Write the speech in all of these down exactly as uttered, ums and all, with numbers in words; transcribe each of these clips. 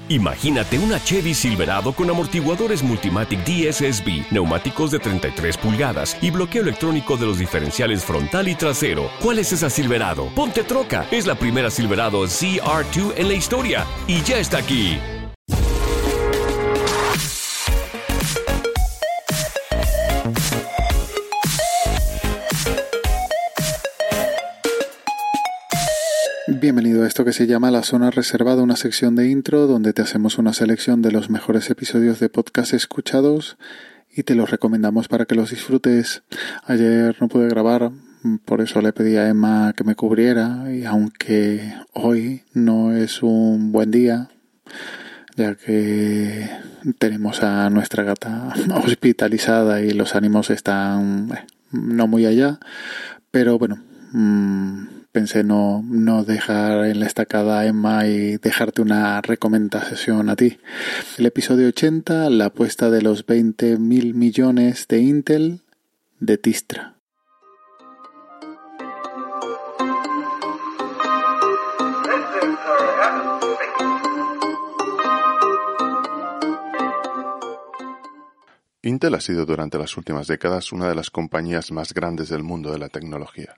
Imagínate una Chevy Silverado con amortiguadores Multimatic D S S B, neumáticos de treinta y tres pulgadas y bloqueo electrónico de los diferenciales frontal y trasero. ¿Cuál es esa Silverado? ¡Ponte troca! Es la primera Silverado Z R dos en la historia y ya está aquí. Bienvenido a esto que se llama La Zona Reservada, una sección de intro donde te hacemos una selección de los mejores episodios de podcast escuchados y te los recomendamos para que los disfrutes. Ayer no pude grabar, por eso le pedí a Emma que me cubriera, y aunque hoy no es un buen día, ya que tenemos a nuestra gata hospitalizada y los ánimos están eh, no muy allá, pero bueno, mmm, pensé no, no dejar en la estacada a Emma y dejarte una recomendación a ti. El episodio ochenta, la apuesta de los veinte mil millones de Intel de Tistra. Intel ha sido durante las últimas décadas una de las compañías más grandes del mundo de la tecnología.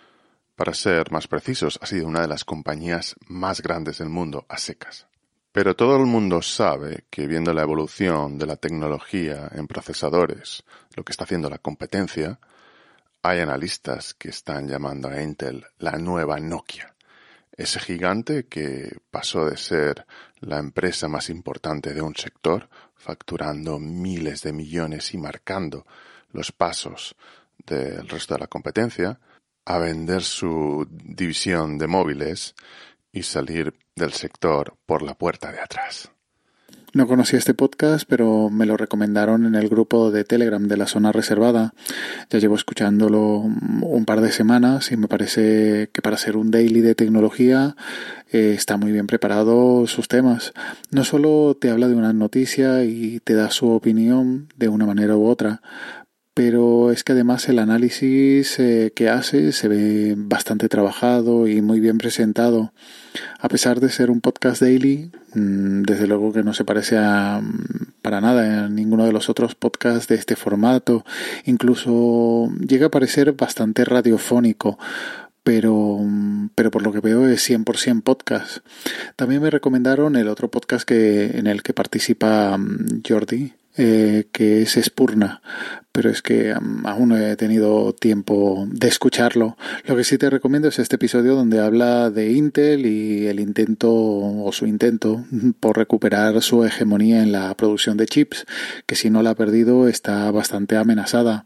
Para ser más precisos, ha sido una de las compañías más grandes del mundo a secas. Pero todo el mundo sabe que viendo la evolución de la tecnología en procesadores, lo que está haciendo la competencia, hay analistas que están llamando a Intel la nueva Nokia. Ese gigante que pasó de ser la empresa más importante de un sector, facturando miles de millones y marcando los pasos del resto de la competencia, a vender su división de móviles y salir del sector por la puerta de atrás. No conocía este podcast, pero me lo recomendaron en el grupo de Telegram de La Zona Reservada. Ya llevo escuchándolo un par de semanas y me parece que para ser un daily de tecnología eh, está muy bien preparado sus temas. No solo te habla de una noticia y te da su opinión de una manera u otra, pero es que además el análisis eh, que hace se ve bastante trabajado y muy bien presentado. A pesar de ser un podcast daily, mmm, desde luego que no se parece a, para nada a ninguno de los otros podcasts de este formato. Incluso llega a parecer bastante radiofónico, pero, pero por lo que veo es cien por ciento podcast. También me recomendaron el otro podcast que en el que participa um, Jordi, Eh, que es Espurna, pero es que um, aún no he tenido tiempo de escucharlo. Lo que sí te recomiendo es este episodio donde habla de Intel y el intento o su intento por recuperar su hegemonía en la producción de chips, que si no la ha perdido está bastante amenazada.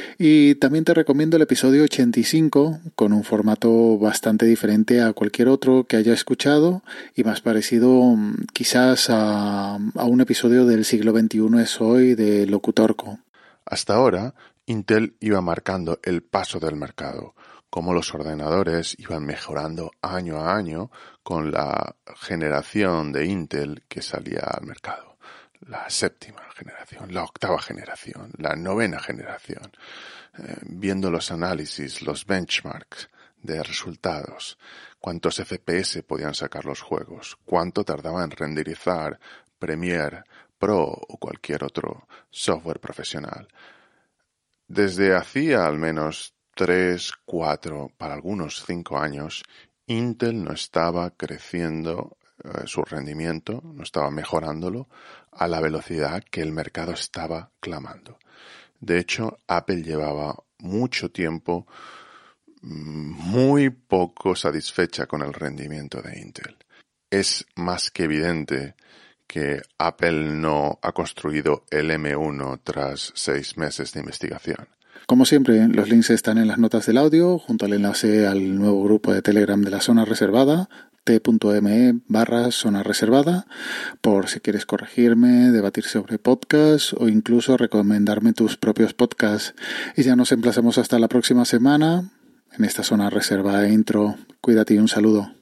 Y también te recomiendo el episodio ochenta y cinco, con un formato bastante diferente a cualquier otro que haya escuchado y más parecido quizás a, a un episodio del siglo veintiuno es hoy de Locutorco. Hasta ahora, Intel iba marcando el paso del mercado, como los ordenadores iban mejorando año a año con la generación de Intel que salía al mercado. La séptima generación, la octava generación, la novena generación, eh, viendo los análisis, los benchmarks de resultados, cuántos F P S podían sacar los juegos, cuánto tardaba en renderizar Premiere Pro o cualquier otro software profesional. Desde hacía al menos tres, cuatro, para algunos cinco años, Intel no estaba creciendo eh, su rendimiento, no estaba mejorándolo a la velocidad que el mercado estaba clamando. De hecho, Apple llevaba mucho tiempo muy poco satisfecha con el rendimiento de Intel. Es más que evidente que Apple no ha construido el M uno tras seis meses de investigación. Como siempre, los links están en las notas del audio, junto al enlace al nuevo grupo de Telegram de la Zona Reservada, t.me barra Zona Reservada, por si quieres corregirme, debatir sobre podcast o incluso recomendarme tus propios podcasts. Y ya nos emplazamos hasta la próxima semana en esta Zona Reservada de intro. Cuídate y un saludo.